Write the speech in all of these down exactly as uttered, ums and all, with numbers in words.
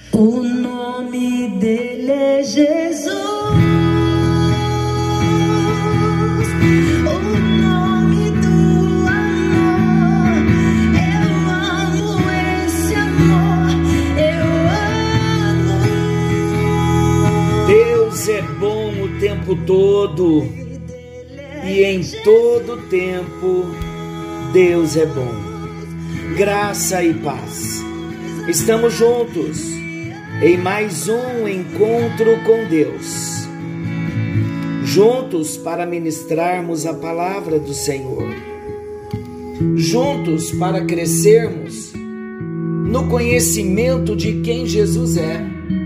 O nome dele é Jesus. O nome do amor. Eu amo esse amor. Eu amo. Deus é bom o tempo todo. E em todo tempo, Deus é bom. Graça e paz. Estamos juntos em mais um encontro com Deus. Juntos para ministrarmos a palavra do Senhor. Juntos para crescermos no conhecimento de quem Jesus é.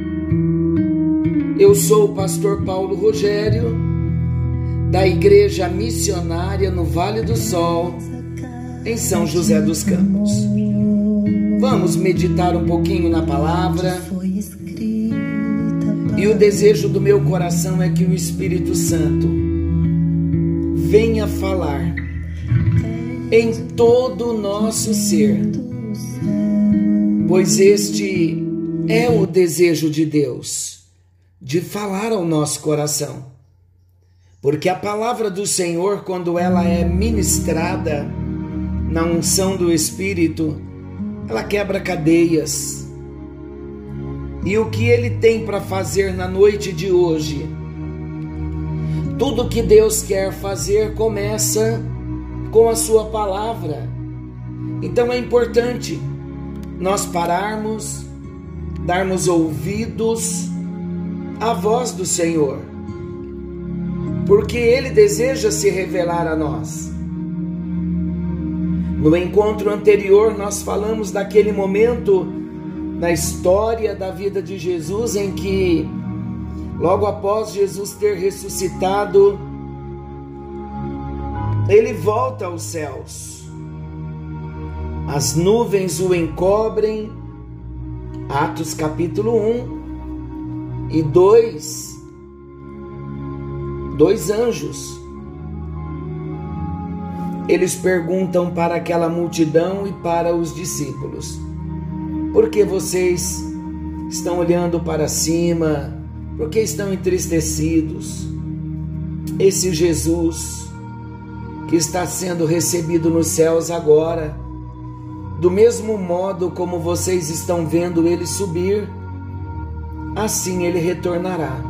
Eu sou o pastor Paulo Rogério, da Igreja Missionária no Vale do Sol, em São José dos Campos. Vamos meditar um pouquinho na palavra. E o desejo do meu coração é que o Espírito Santo venha falar em todo o nosso ser, pois este é o desejo de Deus, de falar ao nosso coração. Porque a palavra do Senhor, quando ela é ministrada na unção do Espírito, ela quebra cadeias. E o que Ele tem para fazer na noite de hoje? Tudo que Deus quer fazer começa com a sua palavra. Então é importante nós pararmos, darmos ouvidos à voz do Senhor, porque Ele deseja se revelar a nós. No encontro anterior, nós falamos daquele momento na história da vida de Jesus em que, logo após Jesus ter ressuscitado, Ele volta aos céus. As nuvens o encobrem, Atos capítulo um e dois. Dois anjos, eles perguntam para aquela multidão e para os discípulos: por que vocês estão olhando para cima? Por que estão entristecidos? Esse Jesus que está sendo recebido nos céus agora, do mesmo modo como vocês estão vendo ele subir, assim ele retornará.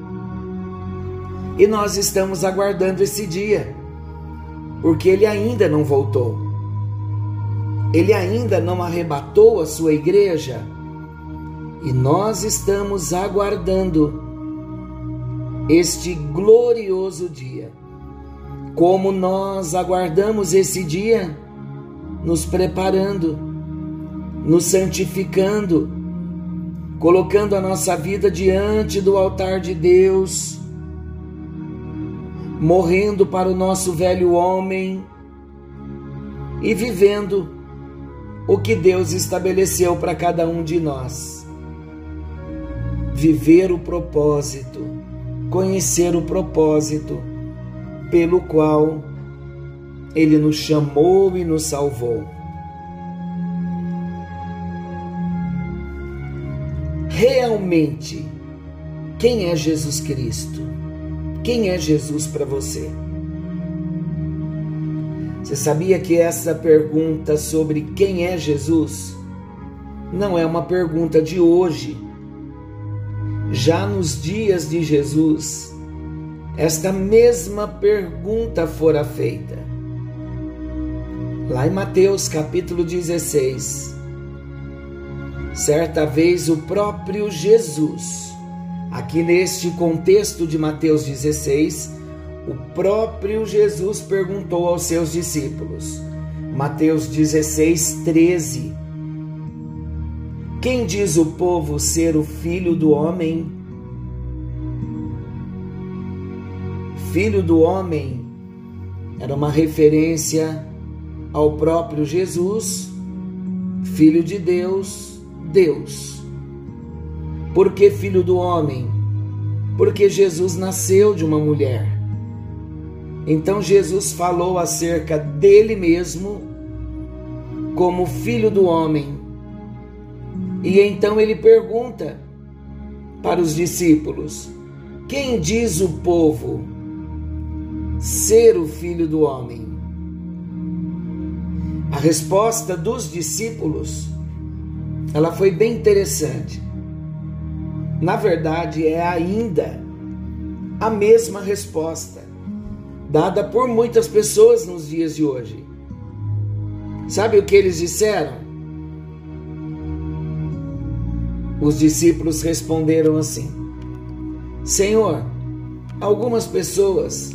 E nós estamos aguardando esse dia, porque ele ainda não voltou. Ele ainda não arrebatou a sua igreja. E nós estamos aguardando este glorioso dia. Como nós aguardamos esse dia? Nos preparando, nos santificando, colocando a nossa vida diante do altar de Deus, morrendo para o nosso velho homem e vivendo o que Deus estabeleceu para cada um de nós. Viver o propósito, conhecer o propósito pelo qual Ele nos chamou e nos salvou. Realmente, quem é Jesus Cristo? Quem é Jesus para você? Você sabia que essa pergunta sobre quem é Jesus não é uma pergunta de hoje? Já nos dias de Jesus, esta mesma pergunta fora feita. Lá em Mateus capítulo dezesseis, certa vez o próprio Jesus, aqui neste contexto de Mateus dezesseis, o próprio Jesus perguntou aos seus discípulos, Mateus dezesseis, treze, quem diz o povo ser o Filho do Homem? Filho do Homem era uma referência ao próprio Jesus, Filho de Deus, Deus. Por que Filho do Homem? Porque Jesus nasceu de uma mulher. Então Jesus falou acerca dele mesmo como Filho do Homem, E então ele pergunta para os discípulos: quem diz o povo ser o Filho do Homem? A resposta dos discípulos, ela foi bem interessante. Na verdade, é ainda a mesma resposta dada por muitas pessoas nos dias de hoje. Sabe o que eles disseram? Os discípulos responderam assim: Senhor, algumas pessoas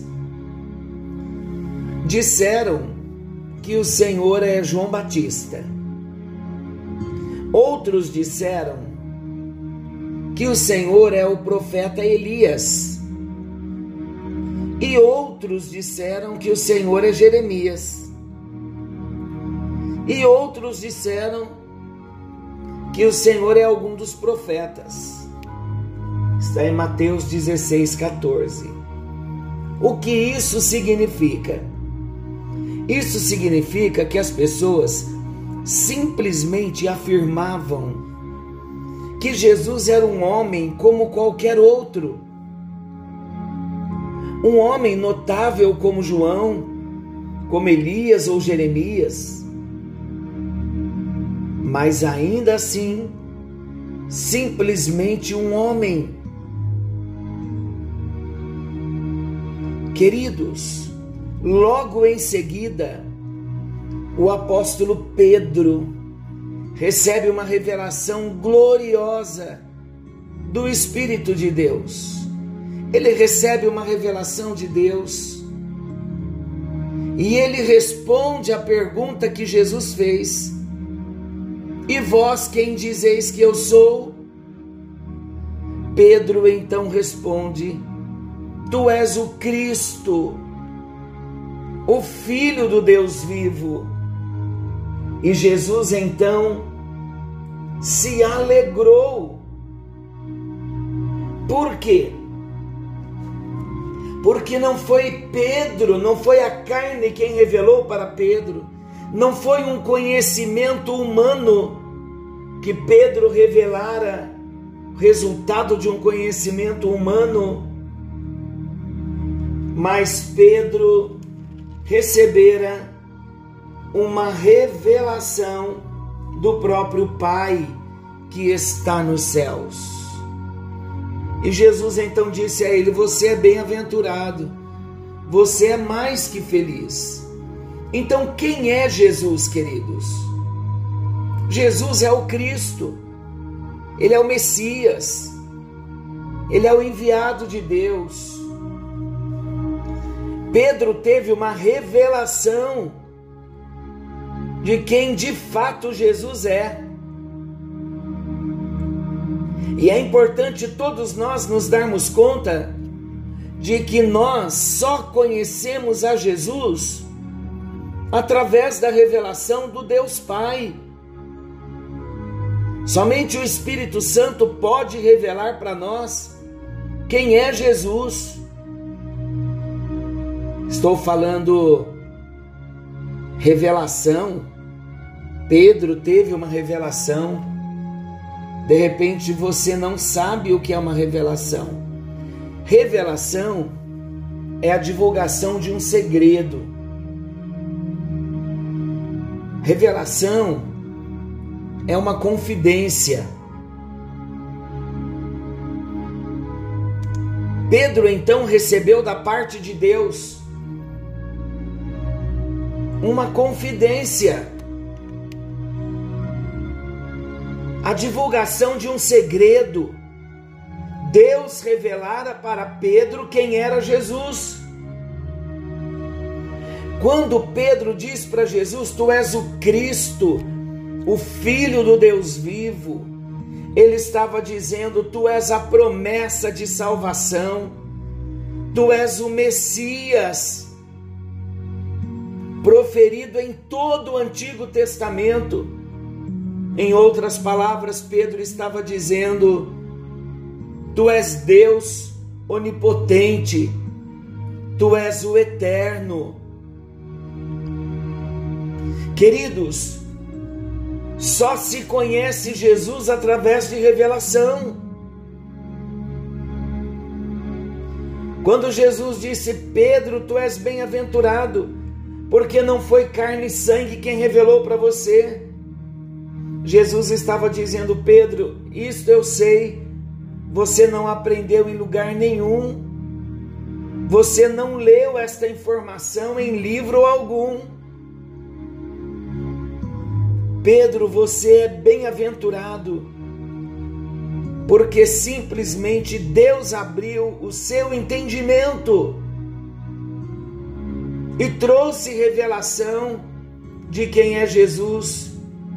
disseram que o Senhor é João Batista. Outros disseram que o Senhor é o profeta Elias. E outros disseram que o Senhor é Jeremias. E outros disseram que o Senhor é algum dos profetas. Está em Mateus dezesseis, quatorze. O que isso significa? Isso significa que as pessoas simplesmente afirmavam que Jesus era um homem como qualquer outro. Um homem notável como João, como Elias ou Jeremias. Mas ainda assim, simplesmente um homem. Queridos, logo em seguida, o apóstolo Pedro recebe uma revelação gloriosa do Espírito de Deus. Ele recebe uma revelação de Deus e ele responde à pergunta que Jesus fez: e vós quem dizeis que eu sou? Pedro então responde: tu és o Cristo, o Filho do Deus vivo. E Jesus então se alegrou. Por quê? Porque não foi Pedro, não foi a carne quem revelou para Pedro, não foi um conhecimento humano que Pedro revelara, resultado de um conhecimento humano, mas Pedro recebera uma revelação do próprio Pai que está nos céus. E Jesus então disse a ele: você é bem-aventurado, você é mais que feliz. Então quem é Jesus, queridos? Jesus é o Cristo, Ele é o Messias, Ele é o enviado de Deus. Pedro teve uma revelação de quem de fato Jesus é. E é importante todos nós nos darmos conta de que nós só conhecemos a Jesus através da revelação do Deus Pai. Somente o Espírito Santo pode revelar para nós quem é Jesus. Estou falando revelação. Pedro teve uma revelação. De repente você não sabe o que é uma revelação. Revelação é a divulgação de um segredo. Revelação é uma confidência. Pedro então recebeu da parte de Deus uma confidência, a divulgação de um segredo. Deus revelara para Pedro quem era Jesus. Quando Pedro diz para Jesus: tu és o Cristo, o Filho do Deus vivo, ele estava dizendo: tu és a promessa de salvação, tu és o Messias, proferido em todo o Antigo Testamento. Em outras palavras, Pedro estava dizendo: tu és Deus onipotente, tu és o eterno. Queridos, Só se conhece Jesus através de revelação. Quando Jesus disse: Pedro, tu és bem-aventurado, porque não foi carne e sangue quem revelou para você. Jesus estava dizendo: Pedro, isto eu sei, você não aprendeu em lugar nenhum, você não leu esta informação em livro algum. Pedro, você é bem-aventurado, porque simplesmente Deus abriu o seu entendimento e trouxe revelação de quem é Jesus.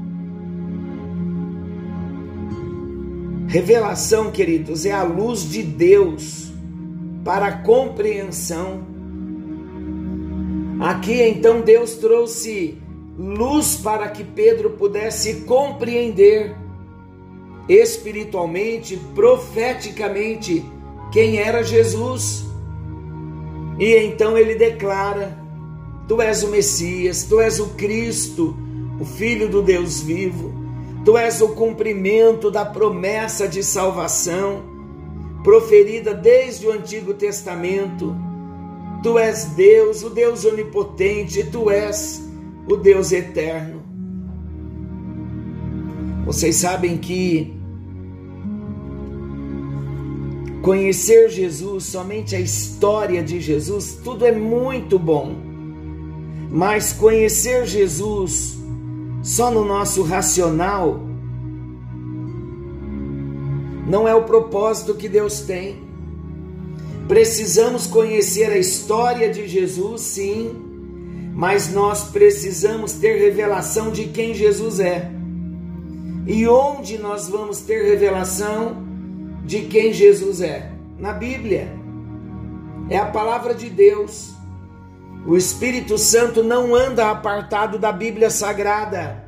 Revelação, queridos, é a luz de Deus para a compreensão. Aqui então Deus trouxe luz para que Pedro pudesse compreender espiritualmente, profeticamente, quem era Jesus. E então ele declara: tu és o Messias, tu és o Cristo, o Filho do Deus vivo, tu és o cumprimento da promessa de salvação proferida desde o Antigo Testamento. Tu és Deus, o Deus onipotente, tu és o Deus eterno. Vocês sabem que conhecer Jesus, somente a história de Jesus, tudo é muito bom. Mas conhecer Jesus só no nosso racional não é o propósito que Deus tem. Precisamos conhecer a história de Jesus, sim, mas nós precisamos ter revelação de quem Jesus é. E onde nós vamos ter revelação de quem Jesus é? Na Bíblia. É a palavra de Deus. O Espírito Santo não anda apartado da Bíblia Sagrada.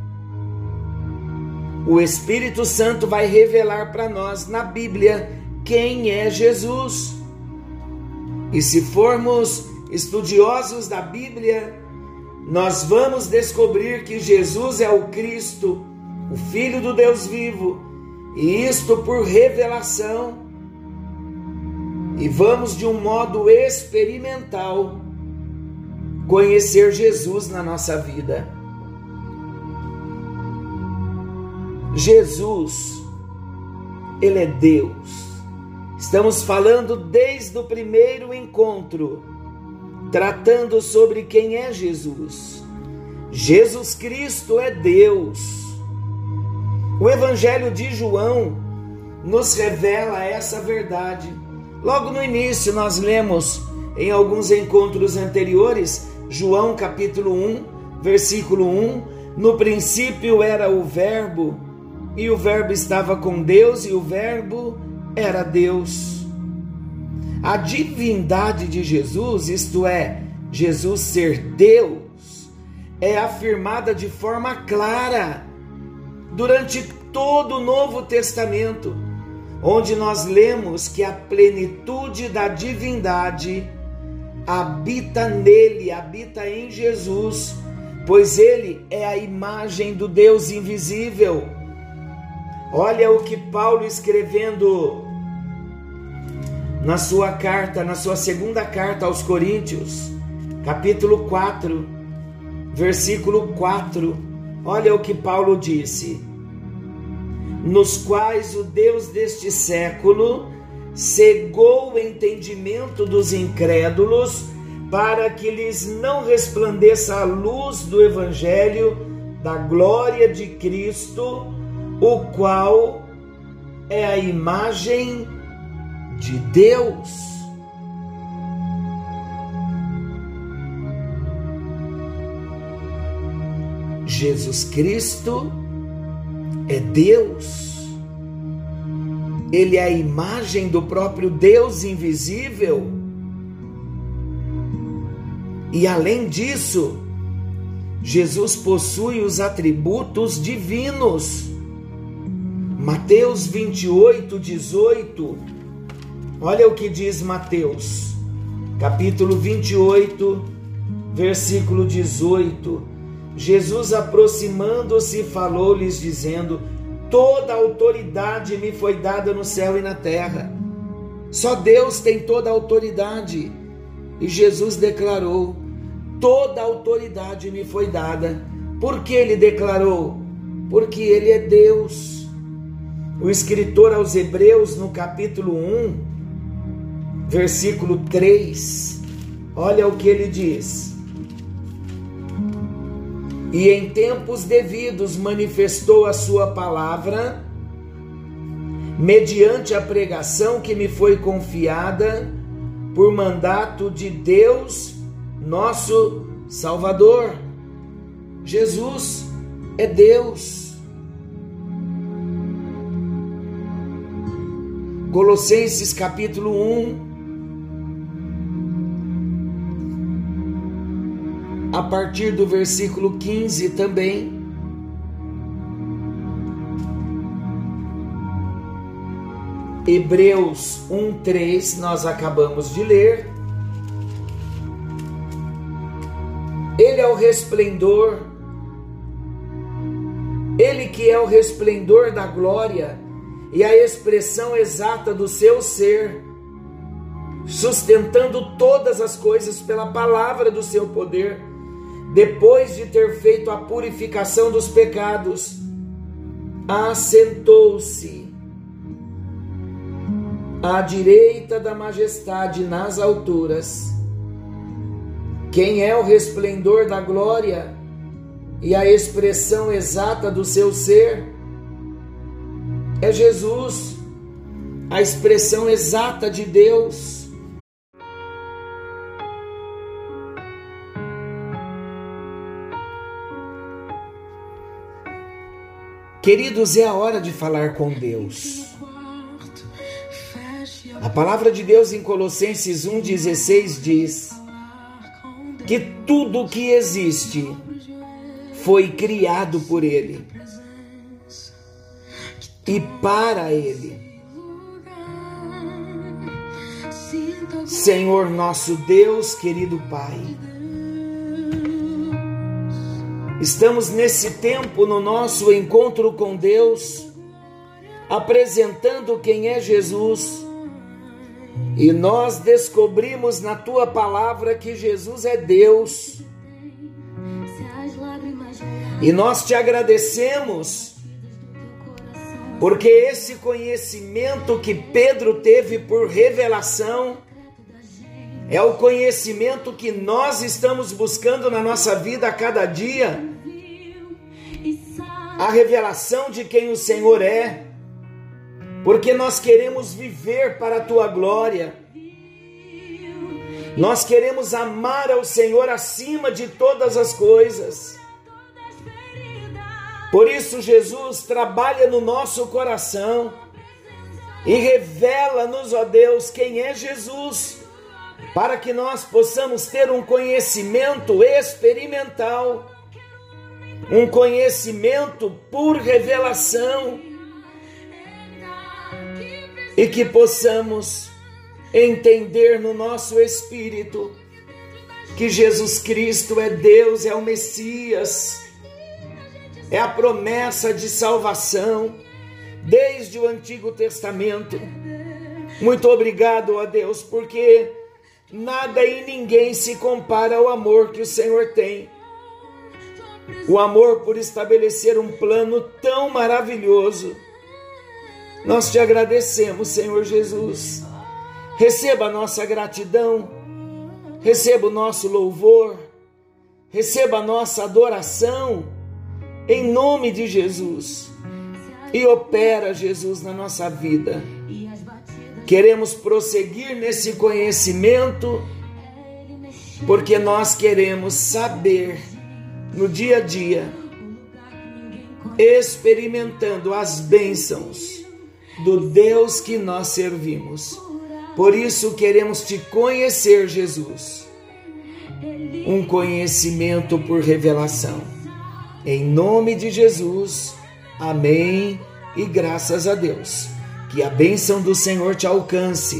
O Espírito Santo vai revelar para nós na Bíblia quem é Jesus. E se formos estudiosos da Bíblia, nós vamos descobrir que Jesus é o Cristo, o Filho do Deus vivo, e isto por revelação. E vamos de um modo experimental conhecer Jesus na nossa vida. Jesus, Ele é Deus. Estamos falando desde o primeiro encontro, tratando sobre quem é Jesus. Jesus Cristo é Deus. O Evangelho de João nos revela essa verdade. Logo no início nós lemos em alguns encontros anteriores, João capítulo um, versículo um, no princípio era o Verbo, e o Verbo estava com Deus, e o Verbo era Deus. A divindade de Jesus, isto é, Jesus ser Deus, é afirmada de forma clara durante todo o Novo Testamento, onde nós lemos que a plenitude da divindade habita nele, habita em Jesus, pois ele é a imagem do Deus invisível. Olha o que Paulo, escrevendo na sua carta, na sua segunda carta aos Coríntios, capítulo quatro, versículo quatro, olha o que Paulo disse: nos quais o Deus deste século cegou o entendimento dos incrédulos, para que lhes não resplandeça a luz do Evangelho da glória de Cristo, o qual é a imagem de Deus. Jesus Cristo é Deus. Ele é a imagem do próprio Deus invisível. E além disso, Jesus possui os atributos divinos. Mateus vinte e oito, dezoito. Olha o que diz Mateus, capítulo vinte e oito, versículo dezoito. Jesus, aproximando-se, falou-lhes, dizendo: toda a autoridade me foi dada no céu e na terra. Só Deus tem toda a autoridade. E Jesus declarou: toda a autoridade me foi dada. Por que ele declarou? Porque ele é Deus. O escritor aos Hebreus, no capítulo um, versículo três, olha o que ele diz: e em tempos devidos manifestou a sua palavra, mediante a pregação que me foi confiada, por mandato de Deus, nosso Salvador. Jesus é Deus. Colossenses capítulo um, a partir do versículo quinze também. Hebreus um, três, nós acabamos de ler. Ele é o resplendor, ele que é o resplendor da glória e a expressão exata do seu ser, sustentando todas as coisas pela palavra do seu poder, depois de ter feito a purificação dos pecados, assentou-se à direita da majestade nas alturas. Quem é o resplendor da glória e a expressão exata do seu ser? É Jesus, a expressão exata de Deus. Queridos, é a hora de falar com Deus. A palavra de Deus em Colossenses um, dezesseis diz que tudo o que existe foi criado por Ele e para Ele. Senhor nosso Deus, querido Pai, estamos nesse tempo no nosso encontro com Deus, apresentando quem é Jesus. E nós descobrimos na Tua palavra que Jesus é Deus. E nós te agradecemos, porque esse conhecimento que Pedro teve por revelação é o conhecimento que nós estamos buscando na nossa vida a cada dia. A revelação de quem o Senhor é. Porque nós queremos viver para a Tua glória. Nós queremos amar ao Senhor acima de todas as coisas. Por isso, Jesus, trabalha no nosso coração e revela-nos, ó Deus, quem é Jesus, para que nós possamos ter um conhecimento experimental, um conhecimento por revelação, e que possamos entender no nosso espírito que Jesus Cristo é Deus, é o Messias, é a promessa de salvação desde o Antigo Testamento. Muito obrigado, ó Deus, porque nada e ninguém se compara ao amor que o Senhor tem. O amor por estabelecer um plano tão maravilhoso. Nós te agradecemos, Senhor Jesus. Receba a nossa gratidão, receba o nosso louvor, receba a nossa adoração, em nome de Jesus. E opera, Jesus, na nossa vida. Queremos prosseguir nesse conhecimento, porque nós queremos saber, no dia a dia, experimentando as bênçãos do Deus que nós servimos. Por isso queremos te conhecer, Jesus. Um conhecimento por revelação. Em nome de Jesus. Amém. E graças a Deus. Que a bênção do Senhor te alcance.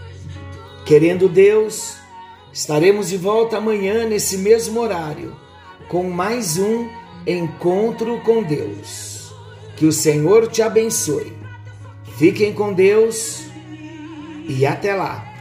Querendo Deus, estaremos de volta amanhã nesse mesmo horário, com mais um encontro com Deus. Que o Senhor te abençoe. Fiquem com Deus e até lá.